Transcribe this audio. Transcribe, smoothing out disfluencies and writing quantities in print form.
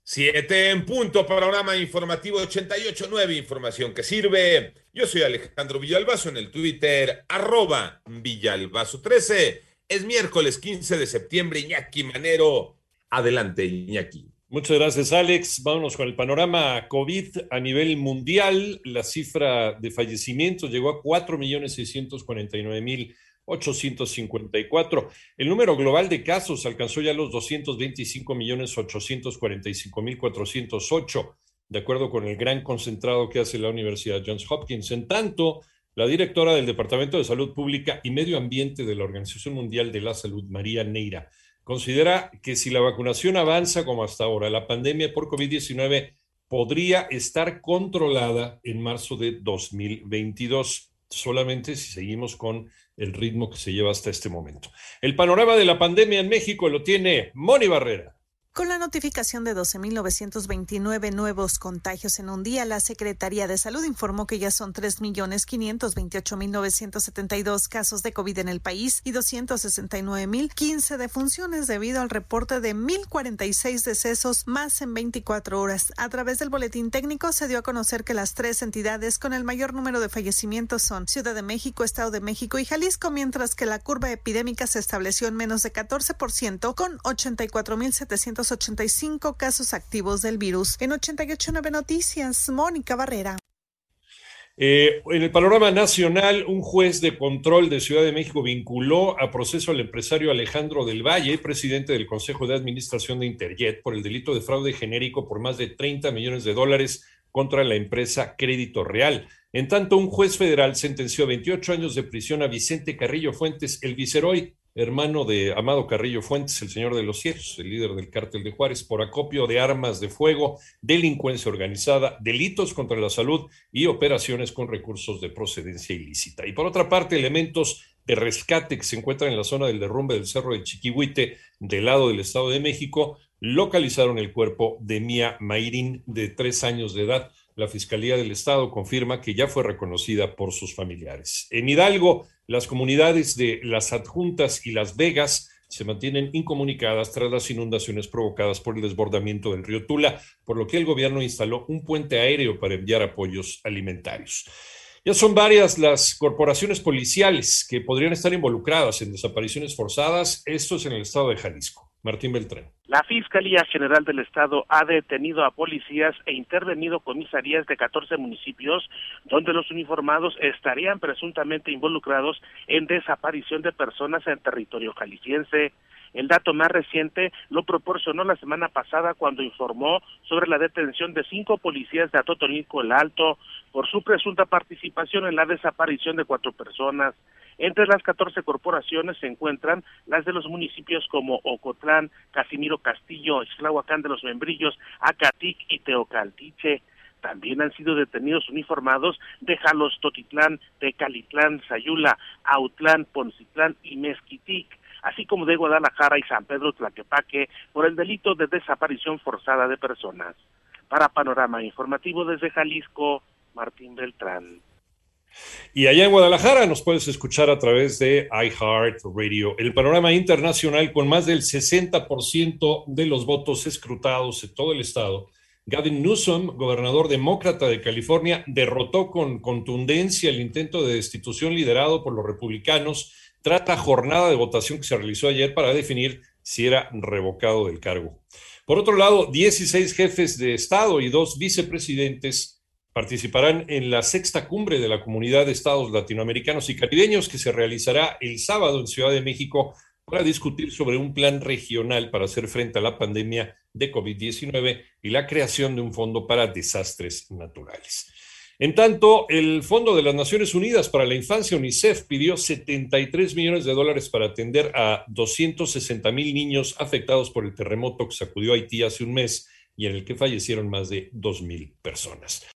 Siete en punto, panorama informativo 88.9, información que sirve. Yo soy Alejandro Villalbazo en el Twitter, @Villalbazo13. Es miércoles 15 de septiembre, Iñaki Manero. Adelante, Iñaki. Muchas gracias, Alex. Vámonos con el panorama COVID a nivel mundial. La cifra de fallecimientos llegó a 4.649.854. El número global de casos alcanzó ya los 225.845.408, de acuerdo con el gran concentrado que hace la Universidad Johns Hopkins. En tanto, la directora del Departamento de Salud Pública y Medio Ambiente de la Organización Mundial de la Salud, María Neira, considera que si la vacunación avanza como hasta ahora, la pandemia por COVID-19 podría estar controlada en marzo de 2022, solamente si seguimos con el ritmo que se lleva hasta este momento. El panorama de la pandemia en México lo tiene Moni Barrera. Con la notificación de 12.929 nuevos contagios en un día, la Secretaría de Salud informó que ya son 3.528.972 casos de COVID en el país y 269.015 defunciones debido al reporte de 1.046 decesos más en 24 horas. A través del boletín técnico se dio a conocer que las tres entidades con el mayor número de fallecimientos son Ciudad de México, Estado de México y Jalisco, mientras que la curva epidémica se estableció en menos de 14% con 84.785 casos activos del virus. En 88.9 Noticias, Mónica Barrera. En el panorama nacional, un juez de control de Ciudad de México vinculó a proceso al empresario Alejandro del Valle, presidente del Consejo de Administración de Interjet, por el delito de fraude genérico por más de $30 millones contra la empresa Crédito Real. En tanto, un juez federal sentenció a 28 años de prisión a Vicente Carrillo Fuentes, el viceroy, hermano de Amado Carrillo Fuentes, el señor de los cielos, el líder del cártel de Juárez, por acopio de armas de fuego, delincuencia organizada, delitos contra la salud y operaciones con recursos de procedencia ilícita. Y por otra parte, elementos de rescate que se encuentran en la zona del derrumbe del Cerro de Chiquihuite, del lado del Estado de México, localizaron el cuerpo de Mía Mayrín, de 3 años de edad. La Fiscalía del Estado confirma que ya fue reconocida por sus familiares. En Hidalgo, las comunidades de Las Adjuntas y Las Vegas se mantienen incomunicadas tras las inundaciones provocadas por el desbordamiento del río Tula, por lo que el gobierno instaló un puente aéreo para enviar apoyos alimentarios. Ya son varias las corporaciones policiales que podrían estar involucradas en desapariciones forzadas. Esto es en el estado de Jalisco. Martín Beltrán. La Fiscalía General del Estado ha detenido a policías e intervenido comisarías de 14 municipios donde los uniformados estarían presuntamente involucrados en desaparición de personas en territorio jalisciense. El dato más reciente lo proporcionó la semana pasada cuando informó sobre la detención de 5 policías de Atotonilco el Alto por su presunta participación en la desaparición de 4 personas. Entre las 14 corporaciones se encuentran las de los municipios como Ocotlán, Casimiro Castillo, Ixtlahuacán de los Membrillos, Acatic y Teocaltiche. También han sido detenidos uniformados de Jalos, Totitlán, Tecalitlán, Sayula, Autlán, Poncitlán y Mezquitic, así como de Guadalajara y San Pedro Tlaquepaque, por el delito de desaparición forzada de personas. Para Panorama Informativo desde Jalisco, Martín Beltrán. Y allá en Guadalajara nos puedes escuchar a través de iHeartRadio. El panorama internacional, con más del 60% de los votos escrutados en todo el estado, Gavin Newsom, gobernador demócrata de California, derrotó con contundencia el intento de destitución liderado por los republicanos tras la jornada de votación que se realizó ayer para definir si era revocado del cargo. Por otro lado, 16 jefes de Estado y 2 vicepresidentes participarán en la 6ª cumbre de la Comunidad de Estados Latinoamericanos y Caribeños, que se realizará el sábado en Ciudad de México para discutir sobre un plan regional para hacer frente a la pandemia de COVID-19 y la creación de un fondo para desastres naturales. En tanto, el Fondo de las Naciones Unidas para la Infancia, UNICEF, pidió $73 millones para atender a 260,000 niños afectados por el terremoto que sacudió Haití hace un mes y en el que fallecieron más de 2,000 personas.